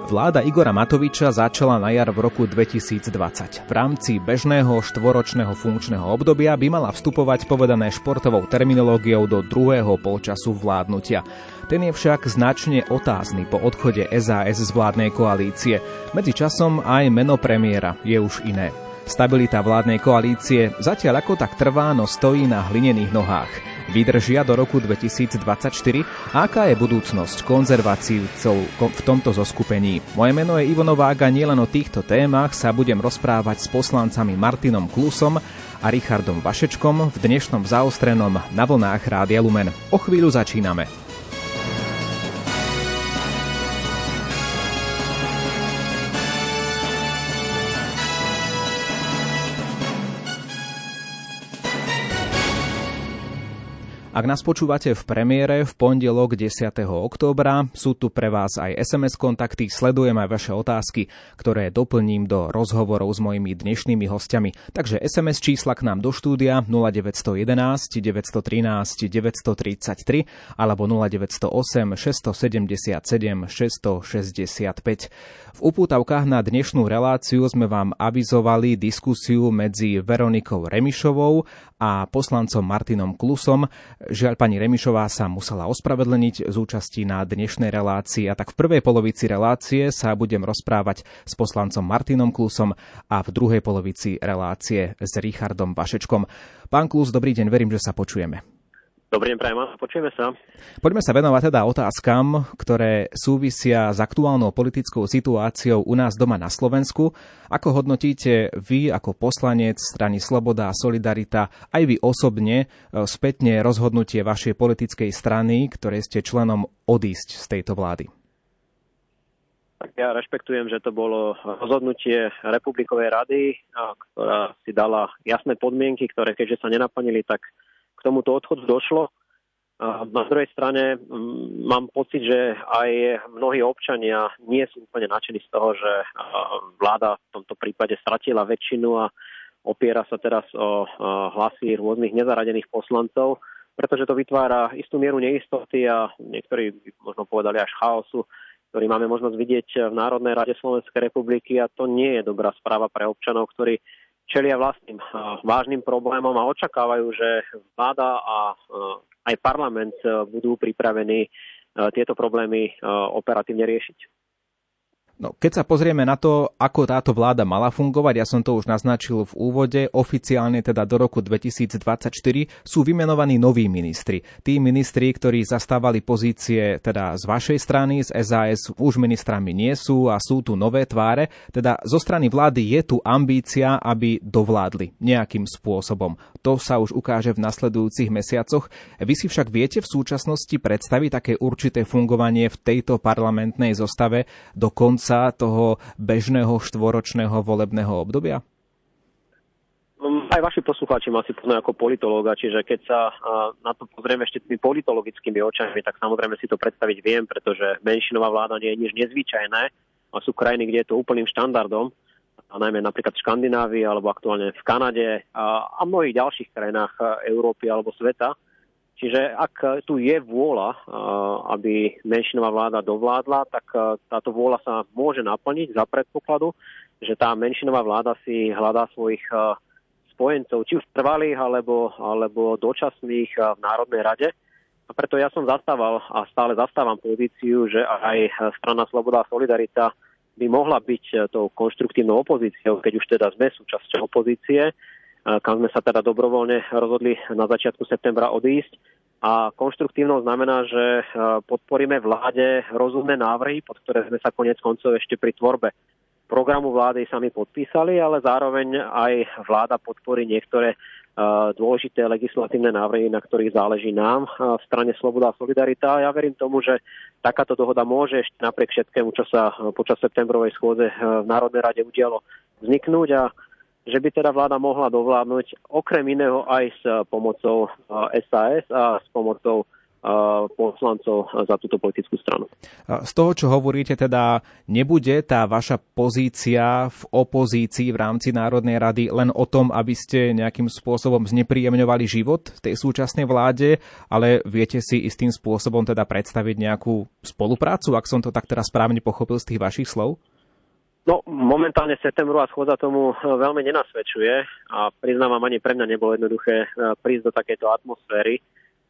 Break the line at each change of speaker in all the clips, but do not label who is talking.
Vláda Igora Matoviča začala na jar v roku 2020. V rámci bežného štvoročného funkčného obdobia by mala vstupovať povedané športovou terminológiou do druhého polčasu vládnutia. Ten je však značne otázny po odchode SAS z vládnej koalície. Medzičasom aj meno premiéra je už iné. Stabilita vládnej koalície zatiaľ ako tak trvá, no stojí na hlinených nohách. Vydržia do roku 2024? A aká je budúcnosť konzervatívcov v tomto zoskupení? Moje meno je Ivo Novák a nielen o týchto témach sa budem rozprávať s poslancami Martinom Klusom a Richardom Vašečkom v dnešnom zaostrenom Na vlnách Rádia Lumen. O chvíľu začíname. Ak nás počúvate v premiére v pondelok 10. októbra, sú tu pre vás aj SMS kontakty, sledujem aj vaše otázky, ktoré doplním do rozhovorov s mojimi dnešnými hostiami. Takže SMS čísla k nám do štúdia 0911 913 933 alebo 0908 677 665. V upútavkách na dnešnú reláciu sme vám avizovali diskusiu medzi Veronikou Remišovou a poslancom Martinom Klusom. Žiaľ, pani Remišová sa musela ospravedlniť z účasti na dnešnej relácii a tak v prvej polovici relácie sa budem rozprávať s poslancom Martinom Klusom a v druhej polovici relácie s Richardom Vašečkom. Pán Klus, dobrý deň, verím, že sa počujeme.
Dobrý deň, prajem, počujeme sa.
Poďme sa venovať teda otázkam, ktoré súvisia s aktuálnou politickou situáciou u nás doma na Slovensku. Ako hodnotíte vy ako poslanec strany Sloboda a Solidarita, aj vy osobne, spätne rozhodnutie vašej politickej strany, ktoré ste členom, odísť z tejto vlády?
Tak ja rešpektujem, že to bolo rozhodnutie Republikovej rady, ktorá si dala jasné podmienky, ktoré keďže sa nenaplnili, tak k tomuto odchodu došlo. Na druhej strane mám pocit, že aj mnohí občania nie sú úplne nadšení z toho, že vláda v tomto prípade stratila väčšinu a opiera sa teraz o hlasy rôznych nezaradených poslancov, pretože to vytvára istú mieru neistoty a niektorí by možno povedali až chaosu, ktorý máme možnosť vidieť v Národnej rade Slovenskej republiky, a to nie je dobrá správa pre občanov, ktorí čelia vlastným vážnym problémom a očakávajú, že vláda a aj parlament budú pripravení tieto problémy operatívne riešiť.
No, keď sa pozrieme na to, ako táto vláda mala fungovať, ja som to už naznačil v úvode, oficiálne teda do roku 2024 sú vymenovaní noví ministri. Tí ministri, ktorí zastávali pozície teda z vašej strany, z SAS, už ministrami nie sú a sú tu nové tváre. Teda zo strany vlády je tu ambícia, aby dovládli nejakým spôsobom. To sa už ukáže v nasledujúcich mesiacoch. Vy si však viete v súčasnosti predstaviť také určité fungovanie v tejto parlamentnej zostave do konca toho bežného štvoročného volebného obdobia?
Aj vaši poslucháči ma si poznajú ako politológa, čiže keď sa na to pozrieme ešte tými politologickými očami, tak samozrejme si to predstaviť viem, pretože menšinová vláda nie je nič nezvyčajné a sú krajiny, kde je to úplným štandardom, a najmä napríklad v Škandinávii alebo aktuálne v Kanade a mnohých ďalších krajinách Európy alebo sveta. Čiže ak tu je vôľa, aby menšinová vláda dovládla, tak táto vôľa sa môže naplniť za predpokladu, že tá menšinová vláda si hľadá svojich spojencov, či už trvalých, alebo dočasných v Národnej rade. A preto ja som zastával a stále zastávam pozíciu, že aj strana Sloboda a Solidarita by mohla byť tou konštruktívnou opozíciou, keď už teda sme súčasťou opozície, kam sme sa teda dobrovoľne rozhodli na začiatku septembra odísť. A konštruktívnosť znamená, že podporíme vláde rozumné návrhy, pod ktoré sme sa koniec koncov ešte pri tvorbe programu vlády sami podpísali, ale zároveň aj vláda podporí niektoré dôležité legislatívne návrhy, na ktorých záleží nám v strane Sloboda a Solidarita. Ja verím tomu, že takáto dohoda môže ešte napriek všetkému, čo sa počas septembrovej schôdze v Národnej rade udialo, vzniknúť a že by teda vláda mohla dovládnuť okrem iného aj s pomocou SAS a s pomocou poslancov za túto politickú stranu.
Z toho, čo hovoríte, teda nebude tá vaša pozícia v opozícii v rámci Národnej rady len o tom, aby ste nejakým spôsobom znepríjemňovali život tej súčasnej vláde, ale viete si istým spôsobom teda predstaviť nejakú spoluprácu, ak som to tak teraz správne pochopil z tých vašich slov?
No, momentálne septembrová schôdza tomu veľmi nenasvedčuje a priznávam, ani pre mňa nebolo jednoduché prísť do takejto atmosféry.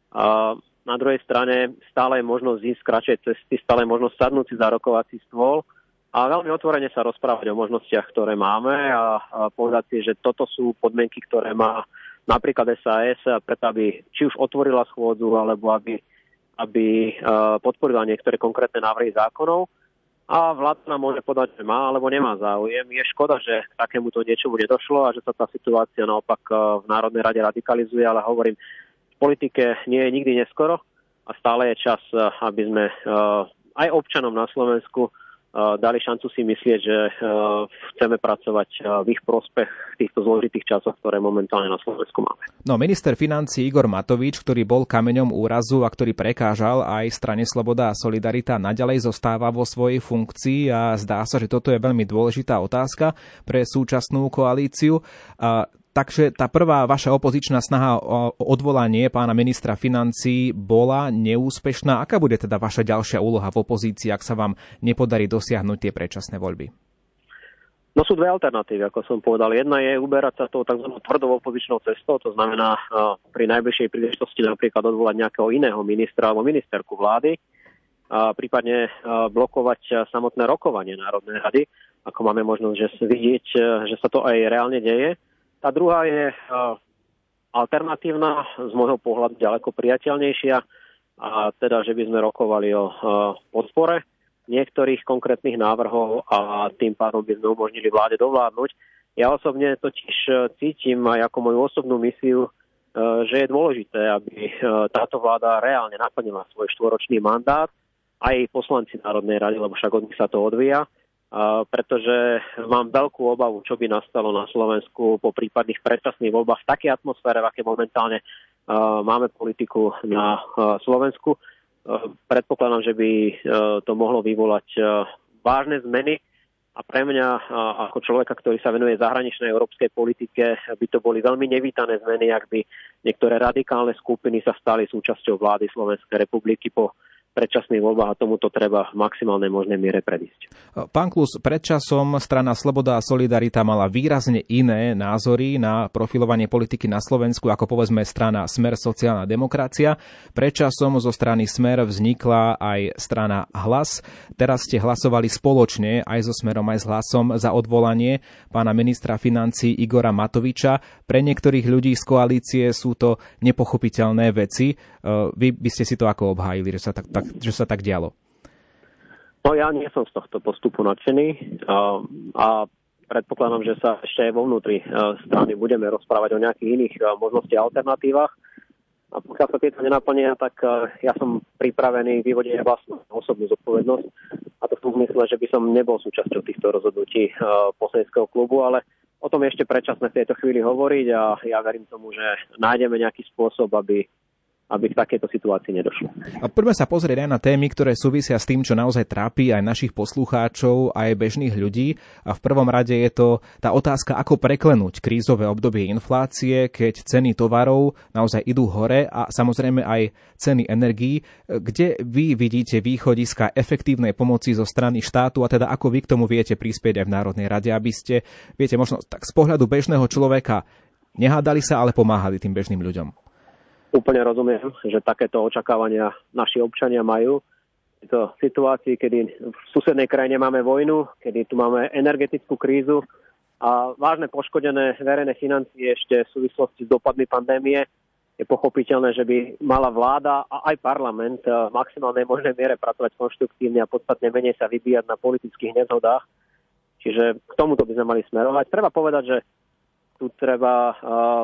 Na druhej strane stále je možnosť ísť kratšej cesty, stále je možnosť sadnúť si za rokovací stôl a veľmi otvorene sa rozprávať o možnostiach, ktoré máme a povedať si, že toto sú podmienky, ktoré má napríklad SAS, preto aby či už otvorila schôdzu, alebo aby podporila niektoré konkrétne návrhy zákonov. A vláda nám môže povedať, že má alebo nemá záujem. Je škoda, že k takémuto niečomu nedošlo a že sa tá situácia naopak v Národnej rade radikalizuje, ale hovorím, v politike nie je nikdy neskoro a stále je čas, aby sme aj občanom na Slovensku dali šancu si myslieť, že chceme pracovať v ich prospech v týchto zložitých časoch, ktoré momentálne na Slovensku máme.
No, minister financií Igor Matovič, ktorý bol kameňom úrazu a ktorý prekážal aj strane Sloboda a Solidarita, naďalej zostáva vo svojej funkcii a zdá sa, že toto je veľmi dôležitá otázka pre súčasnú koalíciu. Takže tá prvá vaša opozičná snaha o odvolanie pána ministra financií bola neúspešná. Aká bude teda vaša ďalšia úloha v opozícii, ak sa vám nepodarí dosiahnuť tie predčasné voľby?
No sú dve alternatívy, ako som povedal. Jedna je uberať sa tou tzv. Tvrdou opozičnou cestou, to znamená pri najbližšej príležitosti napríklad odvolať nejakého iného ministra alebo ministerku vlády, prípadne blokovať samotné rokovanie Národnej rady, ako máme možnosť vidieť, že sa to aj reálne deje. Tá druhá je alternatívna, z môjho pohľadu ďaleko priateľnejšia, a teda, že by sme rokovali o podpore niektorých konkrétnych návrhov a tým pádom by sme umožnili vláde dovládnuť. Ja osobne totiž cítim aj ako moju osobnú misiu, že je dôležité, aby táto vláda reálne naplnila svoj 4-ročný mandát, aj poslanci Národnej rady, lebo však od nich sa to odvíja. Pretože mám veľkú obavu, čo by nastalo na Slovensku po prípadných predčasných voľbách v takej atmosfére, v aké momentálne máme politiku na Slovensku. Predpokladám, že by to mohlo vyvolať vážne zmeny a pre mňa ako človeka, ktorý sa venuje zahraničnej európskej politike, by to boli veľmi nevítané zmeny, ak by niektoré radikálne skupiny sa stali súčasťou vlády Slovenskej republiky po predčasných voľbách a tomuto treba v maximálnej možnej miere predísť.
Pán Klus, predčasom strana Sloboda a Solidarita mala výrazne iné názory na profilovanie politiky na Slovensku, ako povedzme strana Smer sociálna demokracia. Predčasom zo strany Smer vznikla aj strana Hlas. Teraz ste hlasovali spoločne aj so Smerom, aj s Hlasom za odvolanie pána ministra financií Igora Matoviča. Pre niektorých ľudí z koalície sú to nepochopiteľné veci. Vy by ste si to ako obhájili, že sa tak dialo?
No ja nie som z tohto postupu nadšený a predpokladám, že sa ešte aj vo vnútri strany budeme rozprávať o nejakých iných možností a alternatívach. A pokiaľ sa tieto nenaplnia, tak ja som pripravený vyvodiť vlastnú osobnú zodpovednosť. A to v tom zmysle, že by som nebol súčasťou týchto rozhodnutí poslaneckého klubu, ale o tom ešte predčasné v tejto chvíli hovoriť a ja verím tomu, že nájdeme nejaký spôsob, aby k takejto situácii nedošlo.
A poďme sa pozrieť aj na témy, ktoré súvisia s tým, čo naozaj trápi aj našich poslucháčov, aj bežných ľudí. A v prvom rade je to tá otázka, ako preklenúť krízové obdobie inflácie, keď ceny tovarov naozaj idú hore a samozrejme aj ceny energií. Kde vy vidíte východiska efektívnej pomoci zo strany štátu a teda ako vy k tomu viete prispieť aj v Národnej rade, aby ste, viete, možno tak z pohľadu bežného človeka nehádali sa, ale pomáhali tým bežným ľuďom?
Úplne rozumiem, že takéto očakávania naši občania majú. Je to situácii, kedy v susednej krajine máme vojnu, kedy tu máme energetickú krízu a vážne poškodené verejné financie ešte v súvislosti s dopadmi pandémie. Je pochopiteľné, že by mala vláda a aj parlament v maximálnej možnej miere pracovať konštruktívne a podstatne menej sa vybíjať na politických nezhodách. Čiže k tomuto by sme mali smerovať. Treba povedať, že tu treba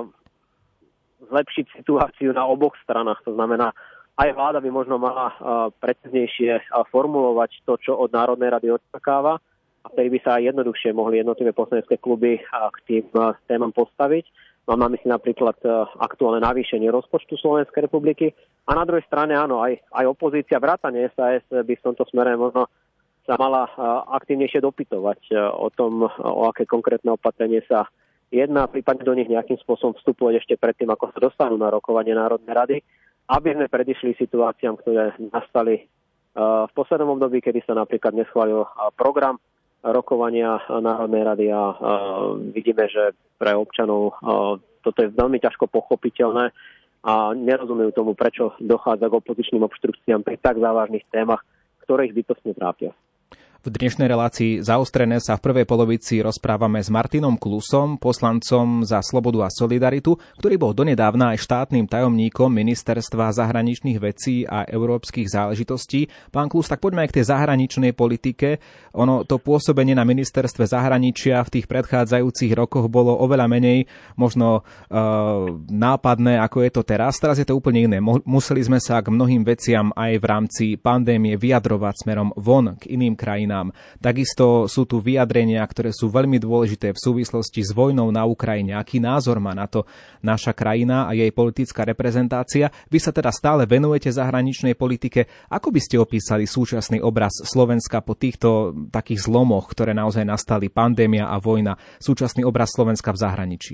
zlepšiť situáciu na oboch stranách. To znamená, aj vláda by možno mala preciznejšie formulovať to, čo od Národnej rady očakáva, a vtedy by sa aj jednoduchšie mohli jednotlivé poslanecké kluby k tým témam postaviť. Mám na mysli napríklad aktuálne navýšenie rozpočtu Slovenskej republiky. A na druhej strane áno, aj opozícia vrátane SAS by v tomto smere možno sa mala aktívnejšie dopytovať o tom, o aké konkrétne opatrenie sa jedná, prípadne do nich nejakým spôsobom vstupovať ešte predtým, ako sa dostanú na rokovanie Národnej rady, aby sme predišli situáciám, ktoré nastali v poslednom období, kedy sa napríklad neschválil program rokovania Národnej rady a vidíme, že pre občanov toto je veľmi ťažko pochopiteľné a nerozumejú tomu, prečo dochádza k opozičným obštrukciám pri tak závažných témach, ktoré ich bytostne trápia.
V dnešnej relácii Zaostrené sa v prvej polovici rozprávame s Martinom Klusom, poslancom za Slobodu a Solidaritu, ktorý bol donedávna aj štátnym tajomníkom Ministerstva zahraničných vecí a európskych záležitostí. Pán Klus, tak poďme aj k tej zahraničnej politike. Ono to pôsobenie na ministerstve zahraničia v tých predchádzajúcich rokoch bolo oveľa menej možno nápadné, ako je to teraz. Teraz je to úplne iné. Museli sme sa k mnohým veciam aj v rámci pandémie vyjadrovať smerom von k iným krajinám. Takisto sú tu vyjadrenia, ktoré sú veľmi dôležité v súvislosti s vojnou na Ukrajine. Aký názor má na to naša krajina a jej politická reprezentácia? Vy sa teda stále venujete zahraničnej politike. Ako by ste opísali súčasný obraz Slovenska po týchto takých zlomoch, ktoré naozaj nastali, pandémia a vojna, súčasný obraz Slovenska v zahraničí?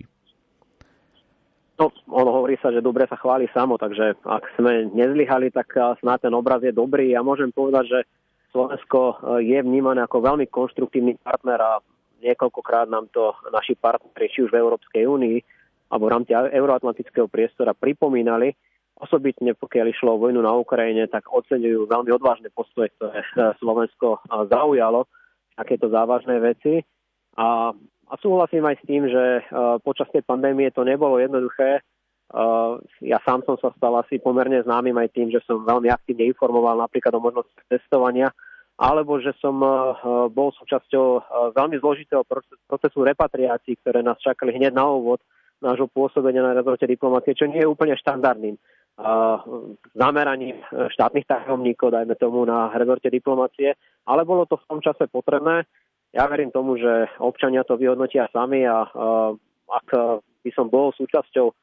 No, ono hovorí sa, že dobre sa chváli samo, takže ak sme nezlyhali, tak snáď ten obraz je dobrý. Ja môžem povedať, že Slovensko je vnímané ako veľmi konštruktívny partner a niekoľkokrát nám to naši partneri, či už v Európskej únii alebo v rámci euroatlantického priestora pripomínali. Osobitne pokiaľ išlo o vojnu na Ukrajine, tak oceňujú veľmi odvážne postoje, ktoré Slovensko zaujalo, takéto závažné veci. A súhlasím aj s tým, že počas tej pandémie to nebolo jednoduché. Ja sám som sa stal asi pomerne známym aj tým, že som veľmi aktívne informoval napríklad o možnosti testovania, alebo že som bol súčasťou veľmi zložitého procesu repatriácií, ktoré nás čakali hneď na úvod nášho pôsobenia na rezorte diplomácie, čo nie je úplne štandardným zameraním štátnych tajomníkov, dajme tomu, na rezorte diplomácie, ale bolo to v tom čase potrebné. Ja verím tomu, že občania to vyhodnotia sami a ak by som bol súčasťou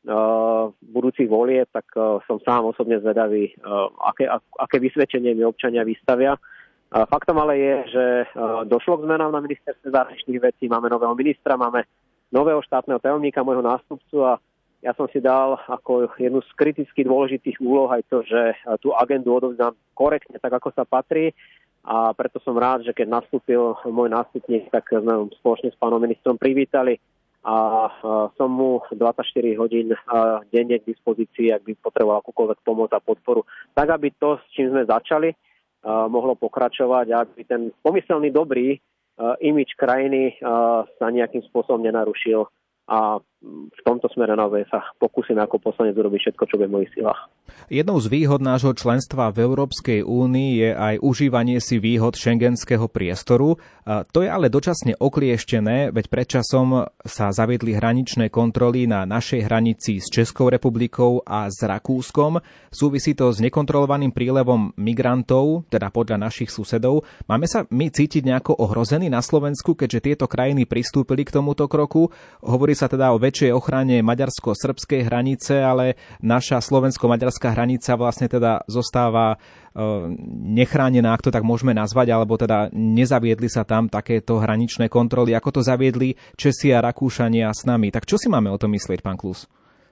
budúcich volieb, tak som sám osobne zvedavý, aké vysvedčenie mi občania vystavia. Faktom ale je, že došlo k zmenám na ministerstve zahraničných vecí, máme nového ministra, máme nového štátneho tajomníka, môjho nástupcu a ja som si dal ako jednu z kriticky dôležitých úloh aj to, že tú agendu odovzdám korektne, tak ako sa patrí a preto som rád, že keď nastúpil môj nástupník, tak sme spoločne s pánom ministrom privítali a som mu 24 hodín denne k dispozícii, ak by potreboval akúkoľvek pomoc a podporu, tak aby to, s čím sme začali, mohlo pokračovať a aby ten pomyselný dobrý imidž krajiny sa nejakým spôsobom nenarušil. A v tomto smere naozaj sa pokúsime ako poslanec urobiť všetko, čo bude v mojich silách.
Jednou z výhod nášho členstva v Európskej únii je aj užívanie si výhod šengenského priestoru. To je ale dočasne oklieštené, veď predčasom sa zaviedli hraničné kontroly na našej hranici s Českou republikou a s Rakúskom. Súvisí to s nekontrolovaným prílevom migrantov, teda podľa našich susedov. Máme sa my cítiť nejako ohrození na Slovensku, keďže tieto krajiny pristúpili k tomuto kroku? Hovorí sa teda o väčšej ochrane maďarsko-srbskej hranice, ale naša slovensko-maďarská hranica vlastne teda zostáva nechránená, ak to tak môžeme nazvať, alebo teda nezaviedli sa tam takéto hraničné kontroly, ako to zaviedli Česi a Rakúšania s nami. Tak čo si máme o tom myslieť, pán Klus?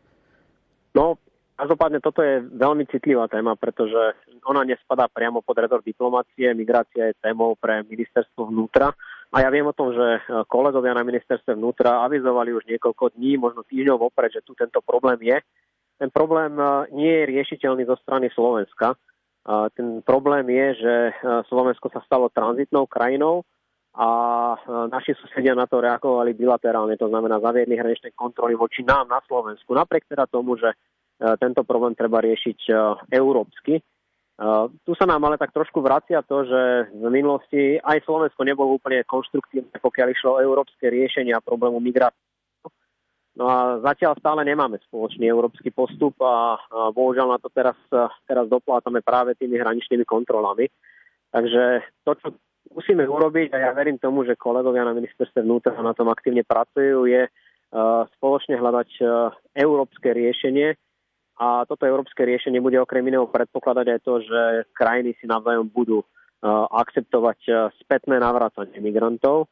No, každopádne toto je veľmi citlivá téma, pretože ona nespadá priamo pod rezort diplomácie. Migrácia je témou pre ministerstvo vnútra. A ja viem o tom, že kolegovia na ministerstve vnútra avizovali už niekoľko dní, možno týždňov vopred, že tu tento problém je. Ten problém nie je riešiteľný zo strany Slovenska. Ten problém je, že Slovensko sa stalo tranzitnou krajinou a naši susedia na to reagovali bilaterálne, to znamená zaviedli hraničné kontroly voči nám na Slovensku. Napriek teda tomu, že tento problém treba riešiť európsky. Tu sa nám ale tak trošku vracia to, že v minulosti aj Slovensko nebolo úplne konštruktívne, pokiaľ išlo o európske riešenia problému migrácie. No a zatiaľ stále nemáme spoločný európsky postup a bohužiaľ na to teraz doplátame práve tými hraničnými kontrolami. Takže to, čo musíme urobiť, a ja verím tomu, že kolegovia na ministerstve vnútra na tom aktívne pracujú, je spoločne hľadať európske riešenie. A toto európske riešenie bude okrem iného predpokladať aj to, že krajiny si navzájom budú akceptovať spätné navracanie migrantov.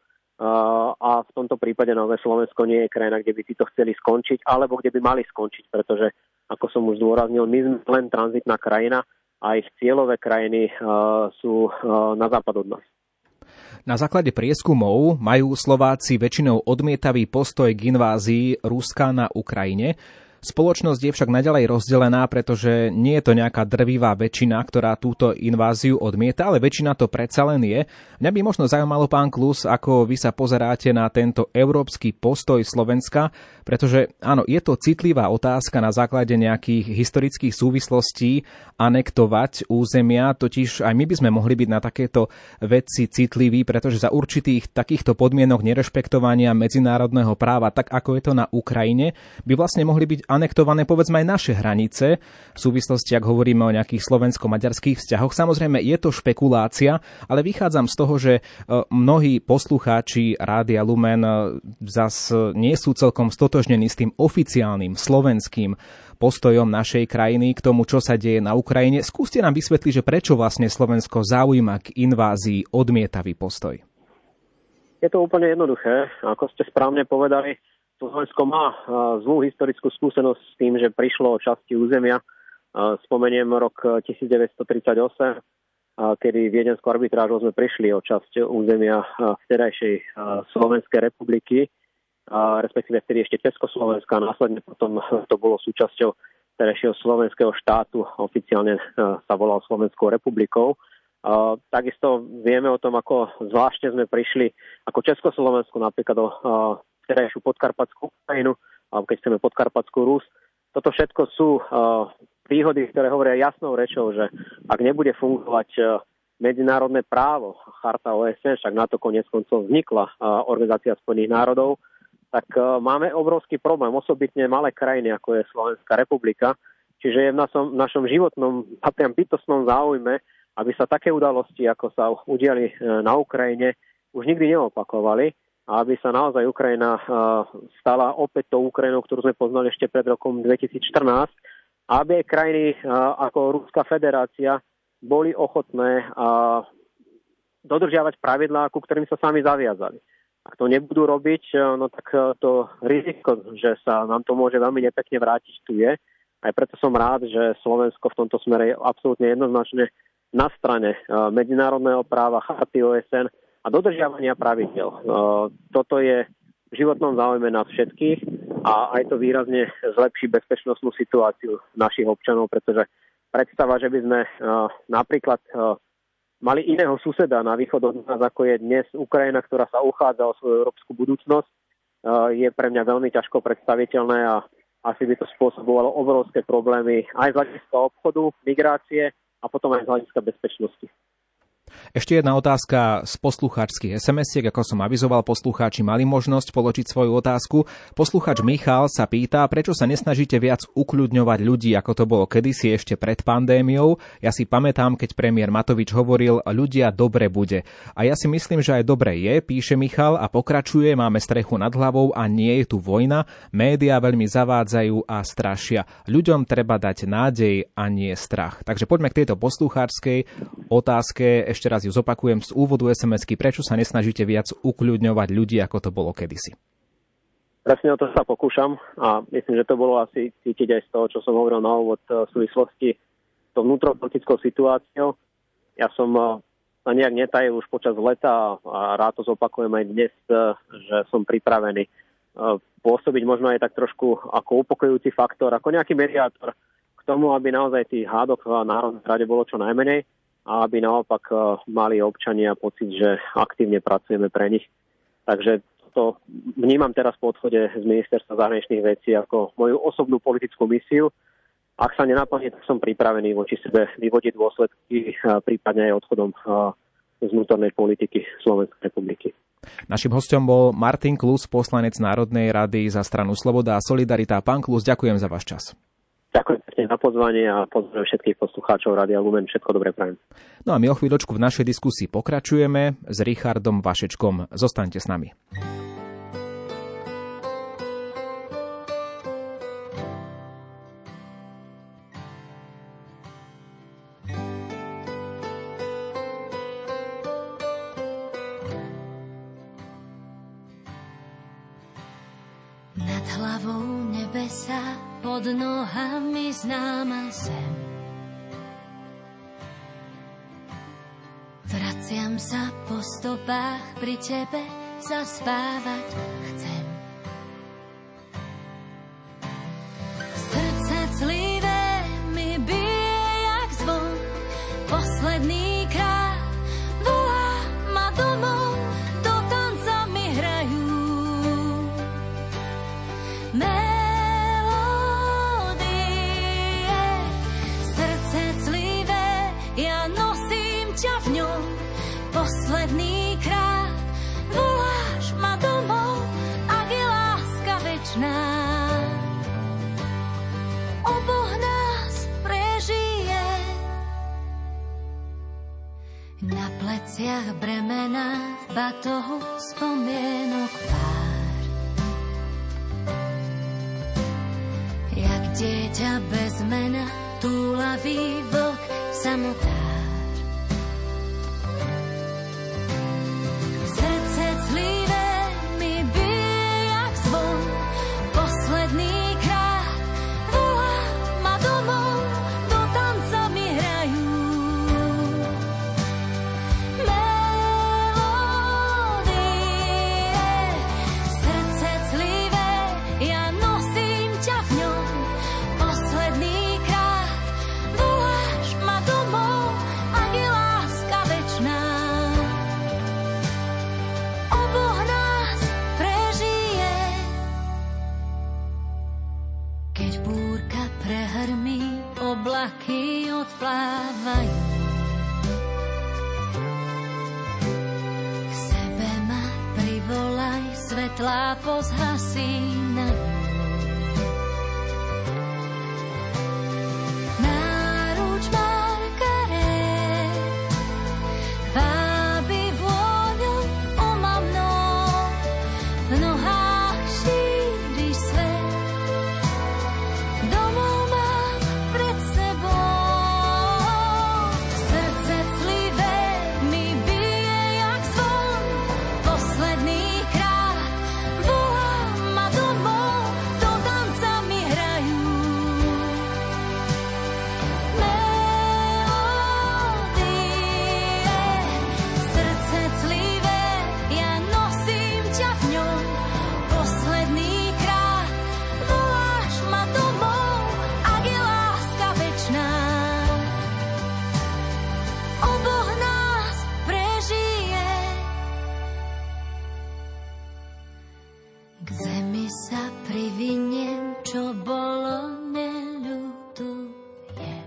A v tomto prípade naozaj Slovensko nie je krajina, kde by títo chceli skončiť, alebo kde by mali skončiť, pretože, ako som už zdôraznil, my sme len tranzitná krajina a ich cieľové krajiny sú na západ od nás.
Na základe prieskumov majú Slováci väčšinou odmietavý postoj k invázii Ruska na Ukrajine. Spoločnosť je však naďalej rozdelená, pretože nie je to nejaká drvivá väčšina, ktorá túto inváziu odmieta, ale väčšina to predsa len je. Mňa by možno zaujímalo, pán Klus, ako vy sa pozeráte na tento európsky postoj Slovenska, pretože áno, je to citlivá otázka na základe nejakých historických súvislostí anektovať územia, totiž aj my by sme mohli byť na takéto veci citliví, pretože za určitých takýchto podmienok nerešpektovania medzinárodného práva, tak ako je to na Ukrajine, by vlastne mohli byť anektované povedzme aj naše hranice v súvislosti, ak hovoríme o nejakých slovensko-maďarských vzťahoch. Samozrejme, je to špekulácia, ale vychádzam z toho, že mnohí poslucháči Rádia Lumen zas nie sú celkom stotožnení s tým oficiálnym slovenským postojom našej krajiny k tomu, čo sa deje na Ukrajine. Skúste nám vysvetliť, že prečo vlastne Slovensko zaujíma k invázii odmietavý postoj.
Je to úplne jednoduché. Ako ste správne povedali, Slovensko má zlú historickú skúsenosť s tým, že prišlo o časti územia. Spomeniem rok 1938, kedy Viedenskou arbitrážou sme prišli o časť územia vtedajšej Slovenskej republiky, respektíve vtedy ešte Československa, a následne potom to bolo súčasťou vtedajšieho slovenského štátu, oficiálne sa volal Slovenskou republikou. Takisto vieme o tom, ako zvláštne sme prišli ako Československu napríklad o vtedajšiu podkarpatskú Ukrajinu, alebo keď chceme podkarpatskú Rus. Toto všetko sú výhody, ktoré hovoria jasnou rečou, že ak nebude fungovať medzinárodné právo, charta OSN, však na to koniec koncov vznikla Organizácia spojených národov, tak máme obrovský problém, osobitne malé krajiny, ako je Slovenská republika. Čiže je v našom životnom a priam bytostnom záujme, aby sa také udalosti, ako sa udiali na Ukrajine, už nikdy neopakovali, a aby sa naozaj Ukrajina stala opäť tou Ukrajinou, ktorú sme poznali ešte pred rokom 2014, a aby aj krajiny ako Ruská federácia boli ochotné dodržiavať pravidlá, ku ktorým sa sami zaviazali. Ak to nebudú robiť, no tak to riziko, že sa nám to môže veľmi nepekne vrátiť, tu je. Aj preto som rád, že Slovensko v tomto smere je absolútne jednoznačne na strane medzinárodného práva, charty OSN a dodržiavania pravidiel. Toto je v životnom záujme nás všetkých a aj to výrazne zlepší bezpečnostnú situáciu našich občanov, pretože predstava, že by sme napríklad mali iného suseda na východ od nás, ako je dnes Ukrajina, ktorá sa uchádza o svoju európsku budúcnosť, je pre mňa veľmi ťažko predstaviteľné a asi by to spôsobovalo obrovské problémy aj z hľadiska obchodu, migrácie a potom aj z hľadiska bezpečnosti.
Ešte jedna otázka z poslucháčskych SMS-iek. Ako som avizoval, poslucháči mali možnosť položiť svoju otázku. Poslucháč Michal sa pýta, prečo sa nesnažíte viac ukľudňovať ľudí, ako to bolo kedysi ešte pred pandémiou. Ja si pamätám, keď premiér Matovič hovoril, ľudia dobre bude. A ja si myslím, že aj dobre je, píše Michal a pokračuje, máme strechu nad hlavou a nie je tu vojna. Médiá veľmi zavádzajú a strašia. Ľuďom treba dať nádej a nie strach. Takže poďme k tejto poslucháčskej otázke. Ešte raz ju zopakujem z úvodu SMS-ky. Prečo sa nesnažíte viac ukľudňovať ľudí, ako to bolo kedysi?
Presne o to sa pokúšam a myslím, že to bolo asi cítiť aj z toho, čo som hovoril na úvod v súvislosti s tou vnútropolitickou situáciou. Ja som sa nejak netajil už počas leta a rád to zopakujem aj dnes, že som pripravený pôsobiť možno aj tak trošku ako upokojujúci faktor, ako nejaký mediátor k tomu, aby naozaj tých hádok v Národnej rade bolo čo najmenej a aby naopak mali občania pocit, že aktívne pracujeme pre nich. Takže to vnímam teraz po odchode z Ministerstva zahraničných vecí ako moju osobnú politickú misiu. Ak sa nenaplní, tak som pripravený voči sebe vyvodiť dôsledky, prípadne aj odchodom z vnútornej politiky Slovenskej republiky.
Naším hosťom bol Martin Klus, poslanec Národnej rady za stranu Sloboda a Solidarita. Pán Klus, ďakujem za váš čas.
Ďakujem pekne za pozvanie a pozdravujem všetkých poslucháčov Rádia Lumen. Všetko dobré prajem.
No a my o chvíľočku v našej diskusii pokračujeme s Richardom Vašečkom. Zostaňte s nami.
hlavou nebesa, pod nohami známa zem. Vraciam sa po stopách, pri tebe zaspávať chcem. Srdce clivé mi bije jak zvon, posledný krát volá ma domov, do tanca mi hrajú melódie. Srdce clivé, ja nosím ťa v ňom, posledný krát voláš ma domov, ak je láska večná. Oboch nás prežije. Na pleciach bremena, v batohu spomienok pár. Jak dieťa bez mena, túlavý vlk samotár. Srdce clivé mi bije jak zvon, posledný krát volá ma domov, do tanca mi hrajú melódie. Srdce clivé, ja nosím ťa v ňom, posledný krát voláš ma domov, ak je láska večná. Oboch nás prežije. Keď búrka prehrmí, oblaky odplávajú. K sebe ma privolaj, svetlá pozhasínajú. Náruč Margaret vábi vôňou omamnou, v nohách šíri svet. Domov mám pred sebou, srdce clivé mi bije jak zvon, posledný krát volá ma domov, do tanca mi hrajú melódie. Srdce clivé, ja nosím ťa v ňom, posledný krát voláš ma domov, ak je láska večná. Oboch nás prežije. K zemi sa priviniem, čo bolo, neľutujem.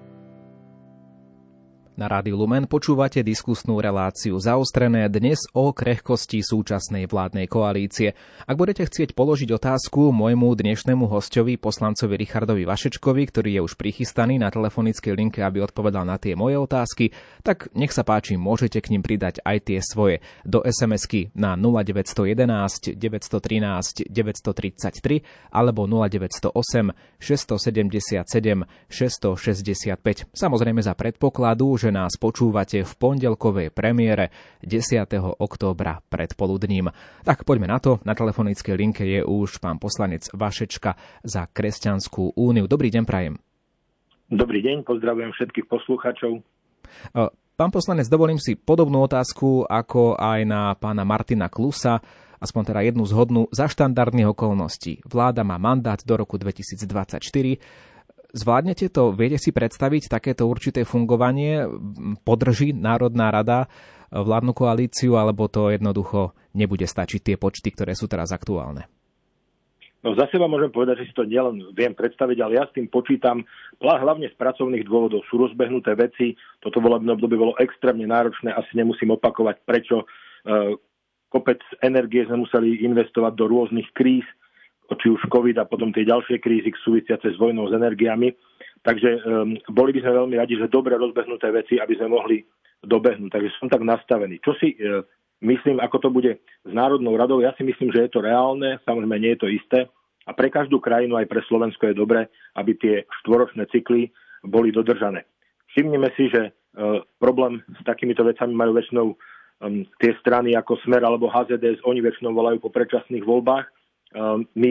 Na Rádiu Lumen počúvate diskusnú reláciu Zaostrené dnes o krehkosti súčasnej vládnej koalície. Ak budete chcieť položiť otázku môjmu dnešnému hosťovi, poslancovi Richardovi Vašečkovi, ktorý je už prichystaný na telefonickej linke, aby odpovedal na tie moje otázky, tak nech sa páči, môžete k nim pridať aj tie svoje do SMS-ky na 0911 913 933 alebo 0908 677 665. Samozrejme za predpokladu, že nás počúvate v pondelkovej premiére 10. októbra predpoludním. Tak poďme na to. Na telefonickej linke je už pán poslanec Vašečka za Kresťanskú úniu. Dobrý deň prajem.
Dobrý deň, pozdravujem všetkých poslucháčov.
Pán poslanec, dovolím si podobnú otázku ako aj na pána Martina Klusa, aspoň teda jednu zhodnú. Za štandardných okolností vláda má mandát do roku 2024. Zvládnete to? Viete si predstaviť takéto určité fungovanie? Podrží Národná rada vládnu koalíciu, alebo to jednoducho nebude stačiť tie počty, ktoré sú teraz aktuálne?
No za seba môžem povedať, že si to nielen viem predstaviť, ale ja s tým počítam hlavne z pracovných dôvodov. Sú rozbehnuté veci, toto volebné obdobie bolo extrémne náročné, asi nemusím opakovať, prečo kopec energie sme museli investovať do rôznych kríz, či už COVID a potom tie ďalšie krízy súvisiace s vojnou s energiami. Takže boli by sme veľmi radi, že dobre rozbehnuté veci, aby sme mohli dobehnúť. Takže som tak nastavený. Čo si myslím, ako to bude s Národnou radou? Ja si myslím, že je to reálne, samozrejme nie je to isté. A pre každú krajinu, aj pre Slovensko je dobré, aby tie štvoročné cykly boli dodržané. Všimnime si, že problém s takýmito vecami majú väčšinou tie strany ako Smer alebo HZDS, oni väčšinou volajú po predčasných voľbách. My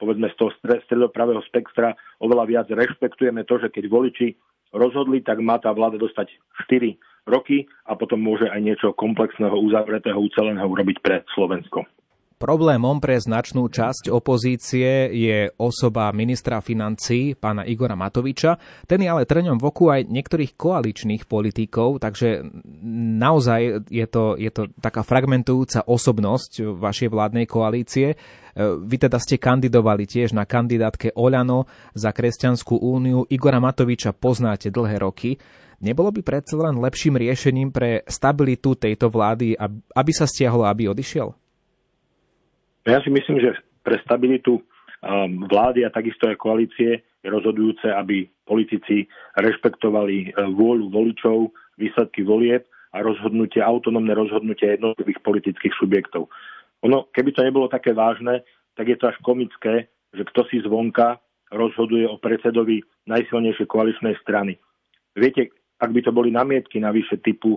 povedzme z toho stredopravého spektra oveľa viac rešpektujeme to, že keď voliči rozhodli, tak má tá vláda dostať 4 roky a potom môže aj niečo komplexného, uzavretého, uceleného urobiť pre Slovensko.
Problémom pre značnú časť opozície je osoba ministra financií, pána Igora Matoviča. Ten je ale trňom v oku aj niektorých koaličných politikov, takže naozaj je to taká fragmentujúca osobnosť vašej vládnej koalície. Vy teda ste kandidovali tiež na kandidátke Oľano za Kresťanskú úniu. Igora Matoviča poznáte dlhé roky. Nebolo by predsa len lepším riešením pre stabilitu tejto vlády, aby sa stiahol a aby odišiel?
Ja si myslím, že pre stabilitu vlády a takisto aj koalície je rozhodujúce, aby politici rešpektovali vôľu voličov, výsledky volieb a autonómne rozhodnutia jednotlivých politických subjektov. Keby to nebolo také vážne, tak je to až komické, že kto si zvonka rozhoduje o predsedovi najsilnejšej koaličnej strany. Viete, ak by to boli námietky navyše typu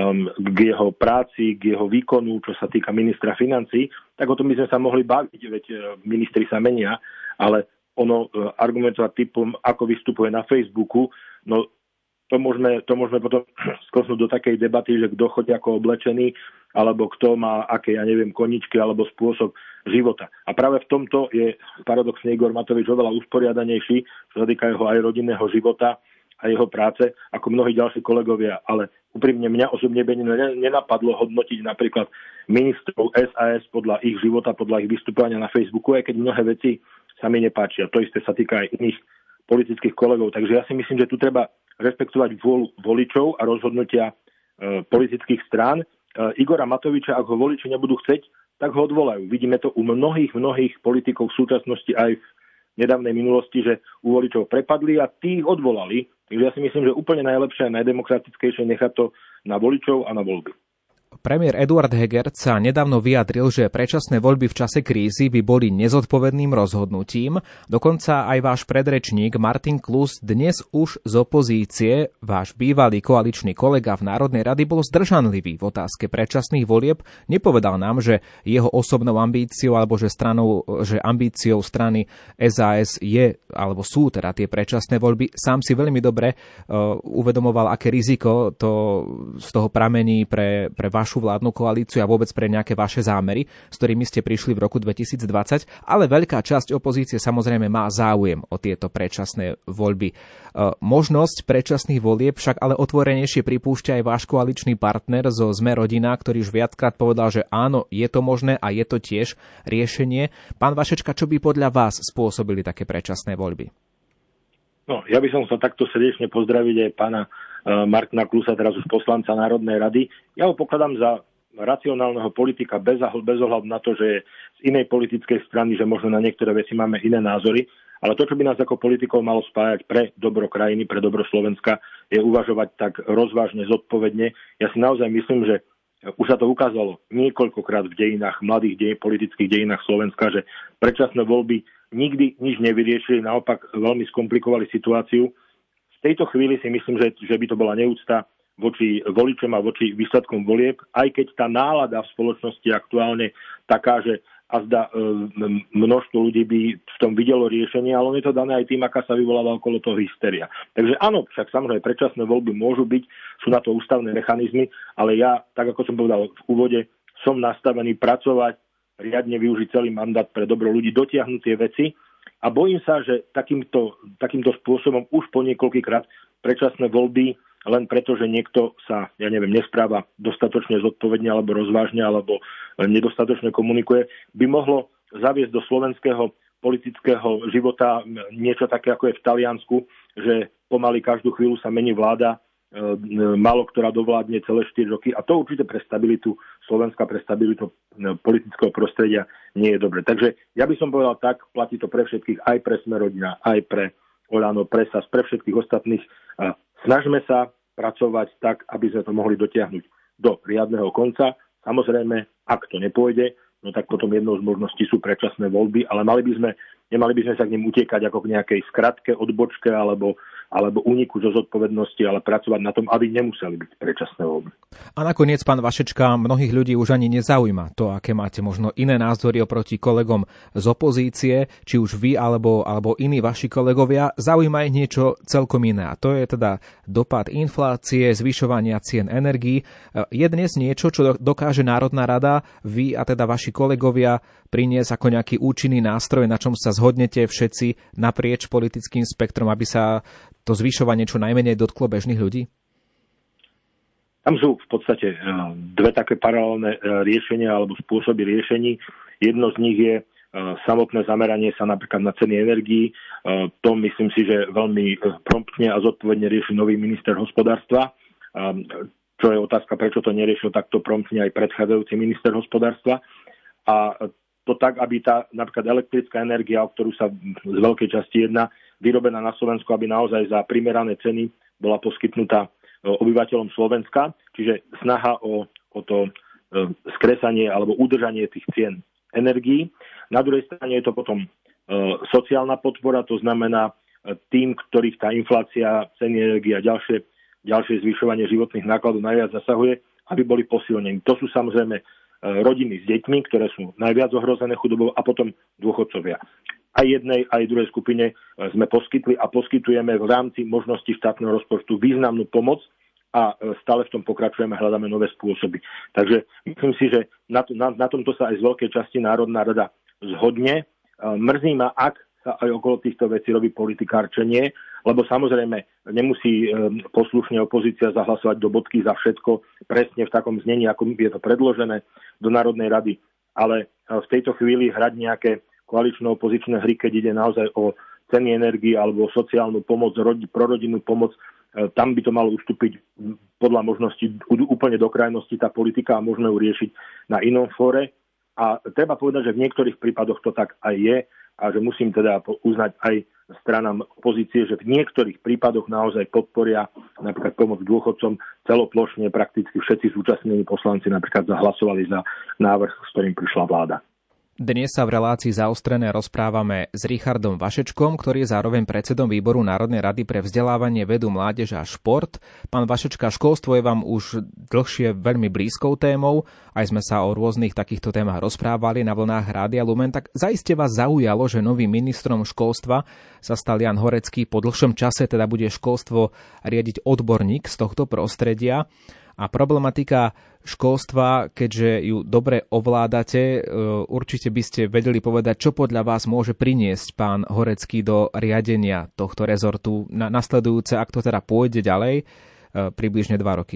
k jeho práci, k jeho výkonu, čo sa týka ministra financií, tak o tom by sme sa mohli baviť, veď ministri sa menia, ale argumentovať typom, ako vystupuje na Facebooku, no to môžeme potom skosnúť do takej debaty, že kto chodí ako oblečený, alebo kto má aké, koničky, alebo spôsob života. A práve v tomto je paradoxne Igor Matovič oveľa usporiadanejší, čo sa týka jeho aj rodinného života a jeho práce, ako mnohí ďalší kolegovia. Ale úprimne mňa osobne by nenapadlo hodnotiť napríklad ministrov SAS podľa ich života, podľa ich vystupovania na Facebooku, aj keď mnohé veci sa mi nepáčia. To isté sa týka aj iných politických kolegov. Takže ja si myslím, že tu treba rešpektovať vôľu voličov a rozhodnutia politických strán. Igora Matoviča, ak ho voliči nebudú chcieť, tak ho odvolajú. Vidíme to u mnohých politikov v súčasnosti aj v nedávnej minulosti, že u voličov prepadli a tí ich odvolali. Takže ja si myslím, že úplne najlepšie a najdemokratickejšie nechať to na voličov a na voľby.
Premiér Eduard Heger sa nedávno vyjadril, že predčasné voľby v čase krízy by boli nezodpovedným rozhodnutím. Dokonca aj váš predrečník Martin Klus dnes už z opozície, váš bývalý koaličný kolega v Národnej rady, bol zdržanlivý v otázke predčasných volieb. Nepovedal nám, že jeho osobnou ambíciou alebo že ambíciou strany SAS je alebo sú teda tie predčasné voľby. Sám si veľmi dobre uvedomoval, aké riziko to z toho pramení pre vašu vládnu koalíciu a vôbec pre nejaké vaše zámery, s ktorými ste prišli v roku 2020, ale veľká časť opozície samozrejme má záujem o tieto predčasné voľby. Možnosť predčasných volieb však ale otvorenejšie pripúšťa aj váš koaličný partner zo Sme rodina, ktorý už viackrát povedal, že áno, je to možné a je to tiež riešenie. Pán Vašečka, čo by podľa vás spôsobili také predčasné voľby?
No, ja by som sa takto srdečne pozdraviť aj pána Martina Klusa, teraz už poslanca Národnej rady. Ja ho pokladám za racionálneho politika bez ohľadu na to, že je z inej politickej strany, že možno na niektoré veci máme iné názory, ale to, čo by nás ako politikov malo spájať pre dobro krajiny, pre dobro Slovenska, je uvažovať tak rozvážne, zodpovedne. Ja si naozaj myslím, že už sa to ukázalo niekoľkokrát v dejinách, mladých politických dejinách Slovenska, že predčasné voľby nikdy nič nevyriešili, naopak veľmi skomplikovali situáciu. V tejto chvíli si myslím, že by to bola neúcta voči voličom a voči výsledkom volieb, aj keď tá nálada v spoločnosti je aktuálne taká, že azda množstvo ľudí by v tom videlo riešenie, ale on je to dané aj tým, aká sa vyvoláva okolo toho hysteria. Takže áno, však samozrejme predčasné voľby môžu byť, sú na to ústavné mechanizmy, ale ja, tak ako som povedal v úvode, som nastavený pracovať, riadne využiť celý mandát pre dobro ľudí, dotiahnuť tie veci. A bojím sa, že takýmto spôsobom už po niekoľkýkrát predčasné voľby, len preto, že niekto sa, nespráva dostatočne zodpovedne alebo rozvážne alebo nedostatočne komunikuje, by mohlo zaviesť do slovenského politického života niečo také, ako je v Taliansku, že pomaly každú chvíľu sa mení vláda, málo ktorá dovládne celé 4 roky a to určite pre stabilitu Slovenska, pre stabilitu politického prostredia nie je dobre. Takže ja by som povedal tak, platí to pre všetkých, aj pre Sme rodina, aj pre Oľano, pre SAS, pre všetkých ostatných. Snažme sa pracovať tak, aby sme to mohli dotiahnuť do riadneho konca. Samozrejme, ak to nepôjde, no tak potom jednou z možností sú predčasné voľby, ale nemali by sme sa k nim utiekať ako k nejakej skratke, odbočke alebo alebo úniku zo zodpovednosti, ale pracovať na tom, aby nemuseli byť predčasné voľby.
A nakoniec, pán Vašečka, mnohých ľudí už ani nezaujíma to, aké máte možno iné názory oproti kolegom z opozície, či už vy alebo iní vaši kolegovia. Zaujíma ich niečo celkom iné. A to je teda dopad inflácie, zvyšovania cien energií. Je dnes niečo, čo dokáže Národná rada, vy a teda vaši kolegovia priniesť ako nejaký účinný nástroj, na čom sa zhodnete všetci naprieč politickým spektrom, aby sa to zvyšovanie čo najmenej dotklo bežných ľudí?
Tam sú v podstate dve také paralelné riešenia alebo spôsoby riešení. Jedno z nich je samotné zameranie sa napríklad na ceny energií. To myslím si, že veľmi promptne a zodpovedne rieši nový minister hospodárstva. Čo je otázka, prečo to neriešil takto promptne aj predchádzajúci minister hospodárstva. A to tak, aby tá napríklad elektrická energia, o ktorú sa z veľkej časti jedná, vyrobená na Slovensku, aby naozaj za primerané ceny bola poskytnutá obyvateľom Slovenska. Čiže snaha o to skresanie alebo udržanie tých cien energií. Na druhej strane je to potom sociálna podpora, to znamená tým, ktorých tá inflácia, ceny energie a ďalšie zvyšovanie životných nákladov najviac zasahuje, aby boli posilnení. To sú samozrejme rodiny s deťmi, ktoré sú najviac ohrozené chudobou, a potom dôchodcovia. Aj jednej, aj druhej skupine sme poskytli a poskytujeme v rámci možnosti štátneho rozpočtu významnú pomoc a stále v tom pokračujeme, hľadáme nové spôsoby. Takže myslím si, že na tomto sa aj z veľkej časti Národná rada zhodne. Mrzí ma, ak sa aj okolo týchto vecí robí politikárčenie, lebo samozrejme nemusí poslušne opozícia zahlasovať do bodky za všetko presne v takom znení, ako je to predložené do Národnej rady. Ale v tejto chvíli hrať nejaké koalično-opozičné hry, keď ide naozaj o ceny energii alebo o sociálnu pomoc, prorodinnú pomoc, tam by to malo ustúpiť podľa možnosti úplne do krajnosti tá politika a možno ju riešiť na inom fóre. A treba povedať, že v niektorých prípadoch to tak aj je a že musím teda uznať aj stranám opozície, že v niektorých prípadoch naozaj podporia napríklad pomoc dôchodcom celoplošne, prakticky všetci zúčastnení poslanci napríklad zahlasovali za návrh, s ktorým prišla vláda.
Dnes sa v relácii Zaostrené rozprávame s Richardom Vašečkom, ktorý je zároveň predsedom výboru Národnej rady pre vzdelávanie, vedu, mládež a šport. Pán Vašečka, školstvo je vám už dlhšie veľmi blízkou témou. Aj sme sa o rôznych takýchto témach rozprávali na vlnách Rádia Lumen. Tak zaiste vás zaujalo, že novým ministrom školstva sa stal Jan Horecký. Po dlhšom čase teda bude školstvo riadiť odborník z tohto prostredia. A problematika školstva, keďže ju dobre ovládate, určite by ste vedeli povedať, čo podľa vás môže priniesť pán Horecký do riadenia tohto rezortu na nasledujúce, ak to teda pôjde ďalej, približne 2 roky.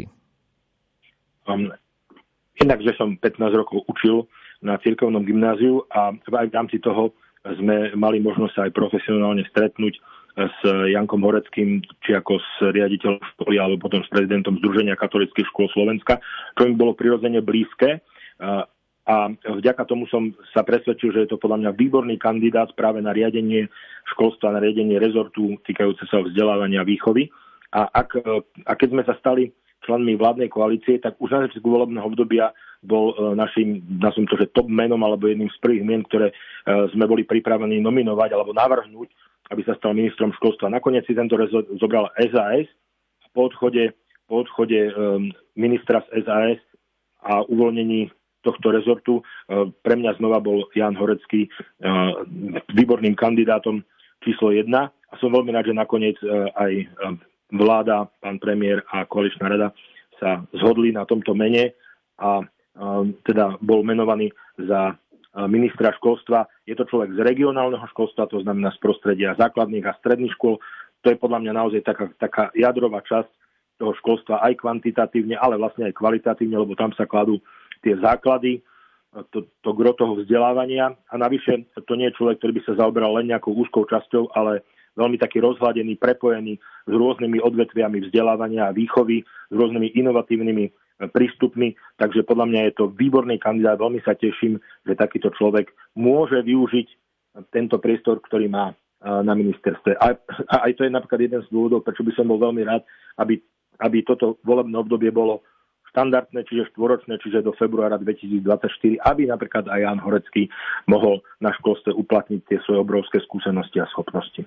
Inak, že som 15 rokov učil na cirkevnom gymnáziu a aj v rámci toho sme mali možnosť sa aj profesionálne stretnúť s Jankom Horeckým, či ako s riaditeľom školy, alebo potom s prezidentom Združenia katolíckych škôl Slovenska, čo im bolo prirodzene blízke. A vďaka tomu som sa presvedčil, že je to podľa mňa výborný kandidát práve na riadenie školstva, na riadenie rezortu týkajúce sa vzdelávania a výchovy. A keď sme sa stali členmi vládnej koalície, tak už na začiatku volebného obdobia bol našim, nazvem to, že top menom alebo jedným z prvých mien, ktoré sme boli pripravení nominovať alebo navrhnúť, aby sa stal ministrom školstva. Nakoniec si tento rezort zobral SAS. Po odchode ministra z SAS a uvoľnení tohto rezortu pre mňa znova bol Jan Horecký výborným kandidátom číslo 1. A som veľmi rád, že nakoniec aj vláda, pán premiér a koaličná rada sa zhodli na tomto mene a teda bol menovaný za ministra školstva. Je to človek z regionálneho školstva, to znamená z prostredia základných a stredných škôl. To je podľa mňa naozaj taká jadrová časť toho školstva aj kvantitatívne, ale vlastne aj kvalitatívne, lebo tam sa kladú tie základy, to gro toho vzdelávania. A navyše to nie je človek, ktorý by sa zaoberal len nejakou úzkou časťou, ale veľmi taký rozhľadený, prepojený s rôznymi odvetviami vzdelávania a výchovy, s rôznymi inovatívnymi prístupmi, takže podľa mňa je to výborný kandidát. Veľmi sa teším, že takýto človek môže využiť tento priestor, ktorý má na ministerstve. A aj to je napríklad jeden z dôvodov, prečo by som bol veľmi rád, aby toto volebné obdobie bolo štandardné, čiže štvoročné, čiže do februára 2024, aby napríklad aj Jan Horecký mohol na školstve uplatniť tie svoje obrovské skúsenosti a schopnosti.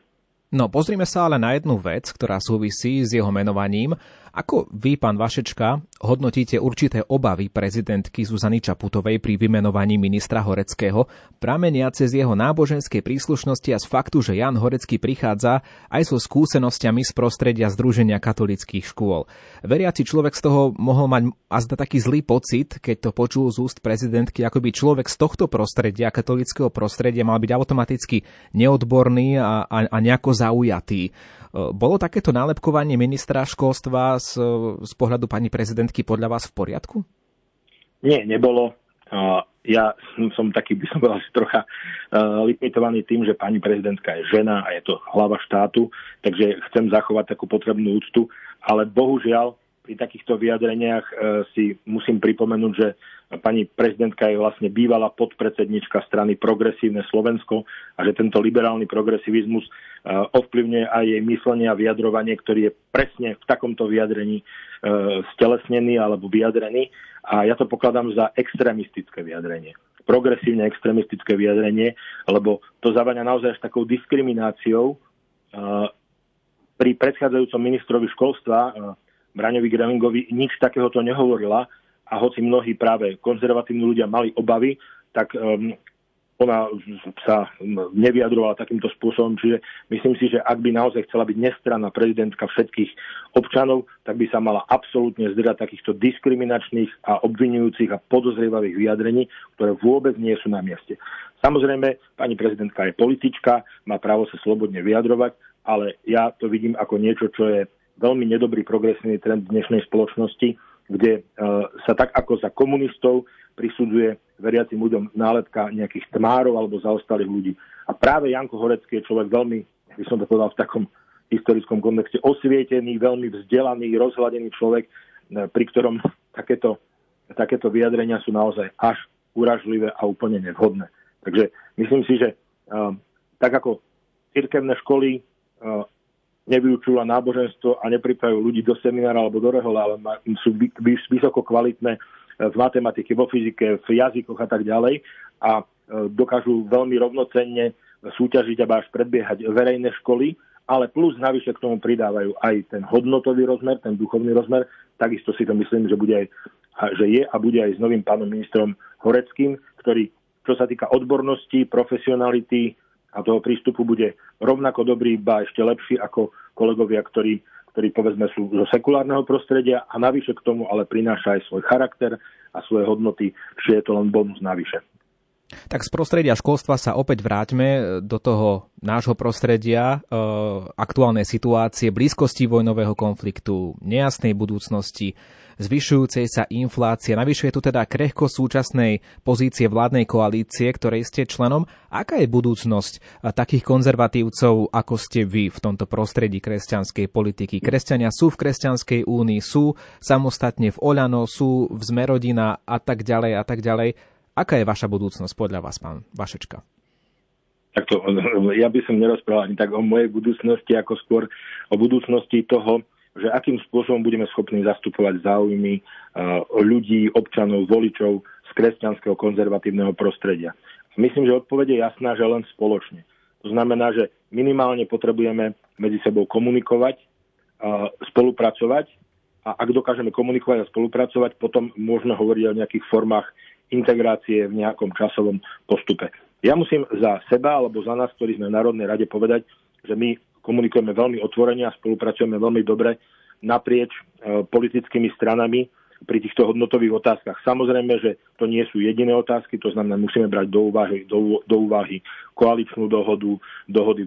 No, pozrime sa ale na jednu vec, ktorá súvisí s jeho menovaním. Ako vy, pán Vašečka, hodnotíte určité obavy prezidentky Zuzany Čaputovej pri vymenovaní ministra Horeckého, prameniace z jeho náboženskej príslušnosti a z faktu, že Jan Horecký prichádza aj so skúsenosťami z prostredia Združenia katolíckych škôl. Veriaci človek z toho mohol mať azda taký zlý pocit, keď to počul z úst prezidentky, ako by človek z tohto prostredia, katolíckeho prostredia, mal byť automaticky neodborný a nejako zaujatý. Bolo takéto nálepkovanie ministra školstva z pohľadu pani prezidentky podľa vás v poriadku?
Nie, nebolo. Ja som taký, by som povedal, trocha limitovaný tým, že pani prezidentka je žena a je to hlava štátu, takže chcem zachovať takú potrebnú úctu, ale bohužiaľ pri takýchto vyjadreniach si musím pripomenúť, že pani prezidentka je vlastne bývalá podpredsednička strany Progresívne Slovensko a že tento liberálny progresivizmus ovplyvňuje aj jej myslenie a vyjadrovanie, ktorý je presne v takomto vyjadrení stelesnený alebo vyjadrený. A ja to pokladám za extrémistické vyjadrenie. Progresívne extrémistické vyjadrenie, lebo to zaváňa naozaj až takou diskrimináciou. Pri predchádzajúcom ministrovi školstva Braňovi Grelingovi nič takéhoto nehovorila a hoci mnohí práve konzervatívni ľudia mali obavy, tak ona sa nevyjadrovala takýmto spôsobom. Čiže myslím si, že ak by naozaj chcela byť nestranná prezidentka všetkých občanov, tak by sa mala absolútne zdržať takýchto diskriminačných a obviňujúcich a podozrievavých vyjadrení, ktoré vôbec nie sú na mieste. Samozrejme, pani prezidentka je politička, má právo sa slobodne vyjadrovať, ale ja to vidím ako niečo, čo je veľmi nedobrý progresívny trend dnešnej spoločnosti, kde sa tak ako za komunistov prisudzuje veriacim ľuďom nálepka nejakých tmárov alebo zaostalých ľudí. A práve Janko Horecký je človek veľmi, by som to povedal v takom historickom kontexte, osvietený, veľmi vzdelaný, rozhladený človek, pri ktorom takéto vyjadrenia sú naozaj až uražlivé a úplne nevhodné. Takže myslím si, že tak ako cirkevné školy nevyučujú náboženstvo a nepripravujú ľudí do seminára alebo do rehola, ale sú vysoko kvalitné v matematike, vo fyzike, v jazykoch a tak ďalej a dokážu veľmi rovnocenne súťažiť a až predbiehať verejné školy, ale plus navyše k tomu pridávajú aj ten hodnotový rozmer, ten duchovný rozmer. Takisto si to myslím, že je a bude aj s novým pánom ministrom Horeckým, ktorý, čo sa týka odbornosti, profesionality a toho prístupu, bude rovnako dobrý, ba ešte lepší ako kolegovia, ktorí povedzme sú zo sekulárneho prostredia a navyše k tomu ale prináša aj svoj charakter a svoje hodnoty, že je to len bonus navyše.
Tak z prostredia školstva sa opäť vráťme do toho nášho prostredia, aktuálnej situácie, blízkosti vojnového konfliktu, nejasnej budúcnosti, zvyšujúcej sa inflácie. Navyše je tu teda krehkosť súčasnej pozície vládnej koalície, ktorej ste členom. Aká je budúcnosť takých konzervatívcov, ako ste vy v tomto prostredí kresťanskej politiky? Kresťania sú v Kresťanskej únii, sú samostatne v Oľano, sú v Sme rodina a tak ďalej a tak ďalej. Aká je vaša budúcnosť podľa vás, pán Vašečka?
Takto, ja by som nerozprával ani tak o mojej budúcnosti, ako skôr o budúcnosti toho, že akým spôsobom budeme schopní zastupovať záujmy ľudí, občanov, voličov z kresťanského konzervatívneho prostredia. Myslím, že odpoveď je jasná, že len spoločne. To znamená, že minimálne potrebujeme medzi sebou komunikovať, spolupracovať a ak dokážeme komunikovať a spolupracovať, potom môžeme hovoriť o nejakých formách integrácie v nejakom časovom postupe. Ja musím za seba alebo za nás, ktorí sme v Národnej rade, povedať, že my komunikujeme veľmi otvorene a spolupracujeme veľmi dobre naprieč politickými stranami pri týchto hodnotových otázkach. Samozrejme, že to nie sú jediné otázky, to znamená, musíme brať do úvahy koaličnú dohody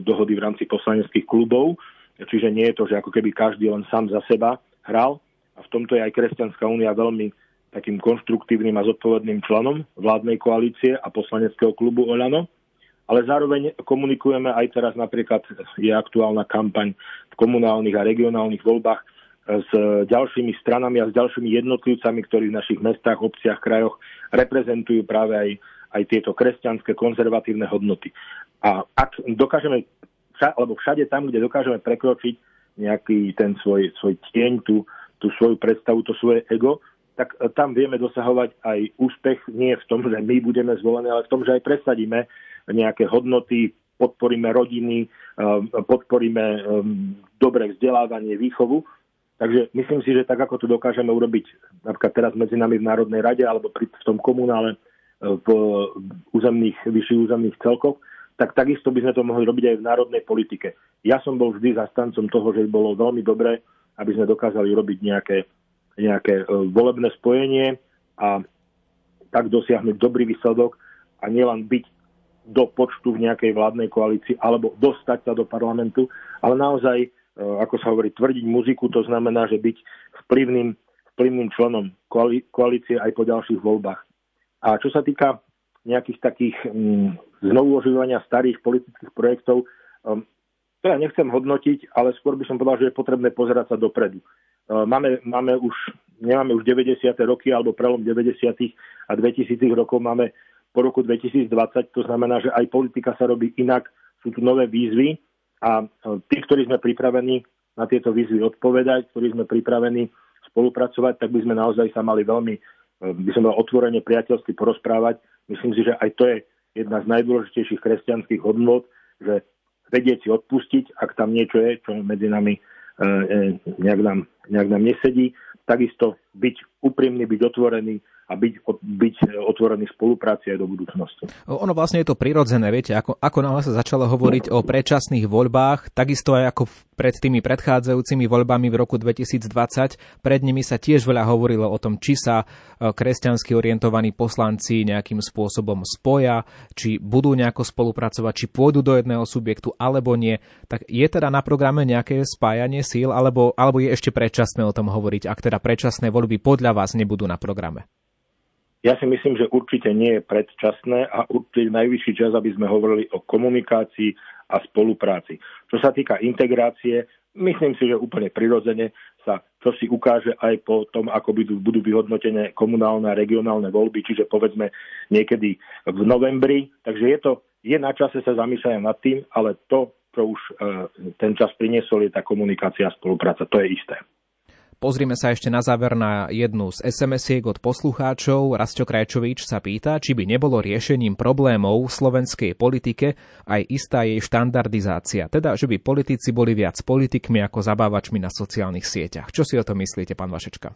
v rámci poslaneckých klubov, čiže nie je to, že ako keby každý len sám za seba hral a v tomto je aj Kresťanská únia veľmi takým konštruktívnym a zodpovedným členom vládnej koalície a poslaneckého klubu Oľano, ale zároveň komunikujeme aj teraz napríklad je aktuálna kampaň v komunálnych a regionálnych voľbách s ďalšími stranami a s ďalšími jednotlivcami, ktorí v našich mestách, obciach, krajoch reprezentujú práve aj tieto kresťanské konzervatívne hodnoty. A ak dokážeme, alebo všade tam, kde dokážeme prekročiť nejaký ten svoj tieň, tú svoju predstavu, to svoje ego, tak tam vieme dosahovať aj úspech nie v tom, že my budeme zvolení, ale v tom, že aj presadíme nejaké hodnoty podporíme rodiny, podporíme dobré vzdelávanie, výchovu. Takže myslím si, že tak, ako to dokážeme urobiť napríklad teraz medzi nami v Národnej rade alebo v tom komunále v vyšších územných celkoch, tak takisto by sme to mohli robiť aj v národnej politike. Ja som bol vždy zastancom toho, že bolo veľmi dobré, aby sme dokázali robiť nejaké volebné spojenie a tak dosiahnuť dobrý výsledok a nielen byť do počtu v nejakej vládnej koalícii alebo dostať sa do parlamentu, ale naozaj, ako sa hovorí, tvrdiť muziku, to znamená, že byť vplyvným členom koalície aj po ďalších voľbách. A čo sa týka nejakých takých znovu oživovania starých politických projektov, to ja nechcem hodnotiť, ale skôr by som povedal, že je potrebné pozerať sa dopredu. Nemáme už 90. roky alebo prelom 90. a 2000 rokov, máme po roku 2020, to znamená, že aj politika sa robí inak, sú tu nové výzvy a tí, ktorí sme pripravení na tieto výzvy odpovedať, ktorí sme pripravení spolupracovať, tak by sme naozaj sa mali veľmi, by som mal otvorene priateľsky porozprávať. Myslím si, že aj to je jedna z najdôležitejších kresťanských hodnôt, že vedieť si odpustiť, ak tam niečo je, čo medzi nami nejak nám nesedí, takisto byť úprimný, byť otvorený a byť otvorený v spolupráci aj do budúcnosti. Ono
vlastne je to prirodzené, viete, ako náhle sa začalo hovoriť o predčasných voľbách, takisto aj ako pred tými predchádzajúcimi voľbami v roku 2020, pred nimi sa tiež veľa hovorilo o tom, či sa kresťansky orientovaní poslanci nejakým spôsobom spoja, či budú nejako spolupracovať, či pôjdu do jedného subjektu, alebo nie. Tak je teda na programe nejaké spájanie síl, alebo je ešte predčasné o tom hovoriť, ak teda predčasné voľby podľa vás nebudú na programe?
Ja si myslím, že určite nie je predčasné a určite najvyšší čas, aby sme hovorili o komunikácii a spolupráci. Čo sa týka integrácie, myslím si, že úplne prirodzene sa čo si ukáže aj po tom, ako budú vyhodnotené komunálne a regionálne voľby, čiže povedzme niekedy v novembri. Takže je na čase sa zamýšľať nad tým, ale to, čo už ten čas priniesol, je tá komunikácia a spolupráca. To je isté.
Pozrime sa ešte na záver na jednu z SMS-iek od poslucháčov. Rasťo Krajčovič sa pýta, či by nebolo riešením problémov v slovenskej politike aj istá jej štandardizácia. Teda, že by politici boli viac politikmi ako zabávačmi na sociálnych sieťach. Čo si o tom myslíte, pán Vašečka?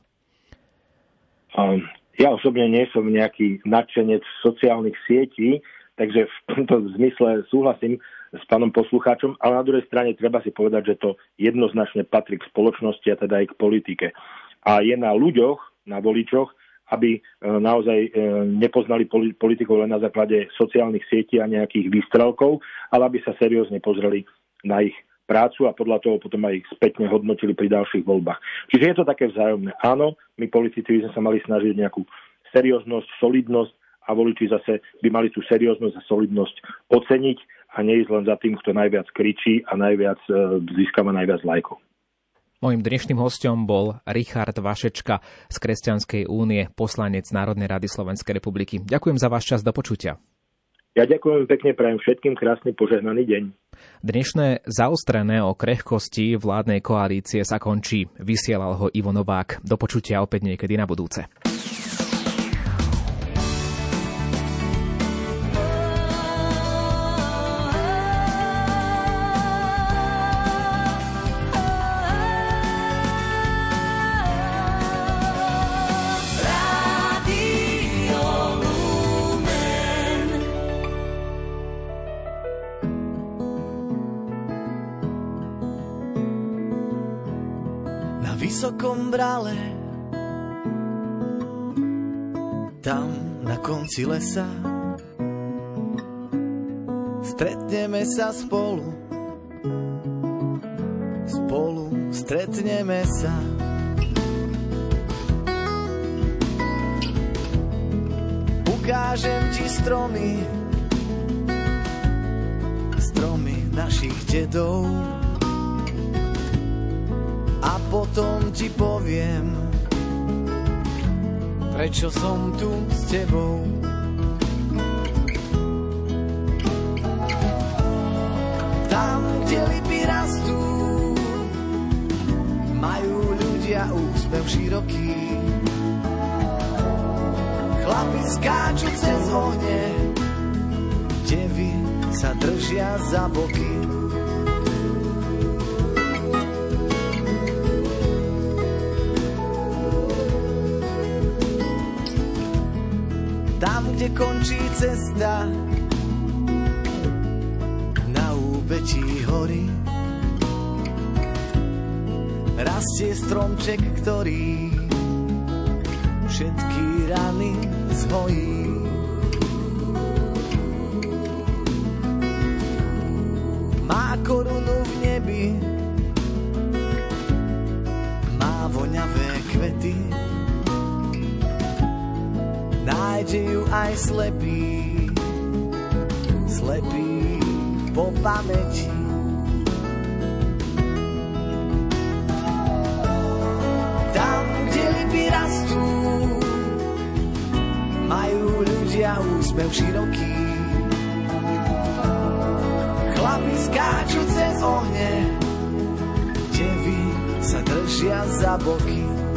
Ja osobne nie som nejaký nadšenec sociálnych sietí, takže v tomto zmysle súhlasím s pánom poslucháčom, ale na druhej strane treba si povedať, že to jednoznačne patrí k spoločnosti a teda aj k politike. A je na ľuďoch, na voličoch, aby naozaj nepoznali politikov len na základe sociálnych sietí a nejakých výstrelkov, ale aby sa seriózne pozreli na ich prácu a podľa toho potom aj ich spätne hodnotili pri ďalších voľbách. Čiže je to také vzájomné. Áno, my politici by sme sa mali snažiť nejakú serióznosť, solidnosť a voliči zase by mali tú serióznosť a solidnosť oceniť a nie ísť len za tým, kto najviac kričí a získava najviac lajkov.
Mojím dnešným hosťom bol Richard Vašečka z Kresťanskej únie, poslanec Národnej rady Slovenskej republiky. Ďakujem za váš čas, do počutia.
Ja ďakujem pekne, prajem všetkým krásny požehnaný deň.
Dnešné zaostrené o krehkosti vládnej koalície sa končí. Vysielal ho Ivo Novák. Do počutia opäť niekedy na budúce.
Vysokom brale, tam na konci lesa, stretneme sa spolu stretneme sa. Ukážem ti stromy našich dedov, a potom ti poviem, prečo som tu s tebou. Tam, kde lipy rastú, majú ľudia úsmev široký. Chlapi skáču cez ohne, devy sa držia za boky. Tam, kde končí cesta na úpetí hory, rastie stromček, ktorý všetky rany zhojí. Má korunu v nebi, má voňavé kvety, nájde ju aj slepý, slepý po pamäti. Tam, kde lipy rastú, majú ľudia úsmev široký. Chlapi skáču cez ohne, devy sa držia za boky.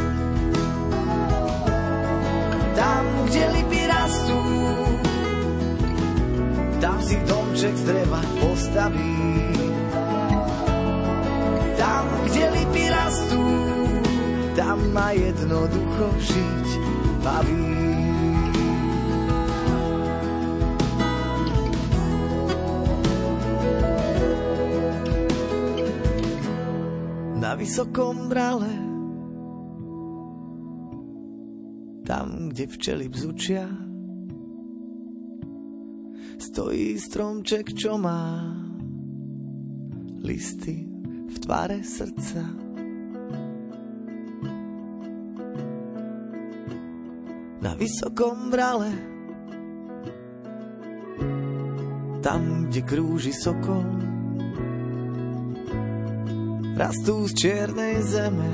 Tam, kde lipy rastú, tam si domček z dreva postaví. Tam, kde lipy rastú, tam ma jednoducho žiť baví. Na vysokom brale, tam, kde včely bzučia, stojí stromček, čo má listy v tvare srdca. Na vysokom brale, tam, kde krúži sokol, rastú z čiernej zeme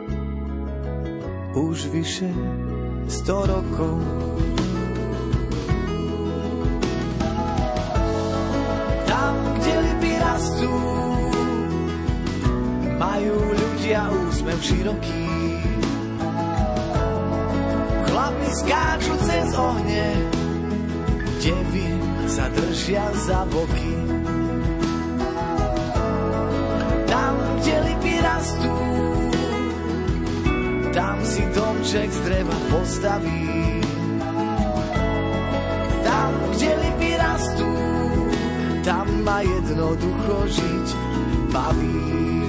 už vyše 100 rokov. Tam, kde lipy rastú, majú ľudia úsmev široký. Chlapi skáču cez ohne, devy sa držia za boky. Tam, kde lipy rastú, tam si domček z dreva postaví. Tam, kde lipy rastú, tam ma jednoducho žiť baví.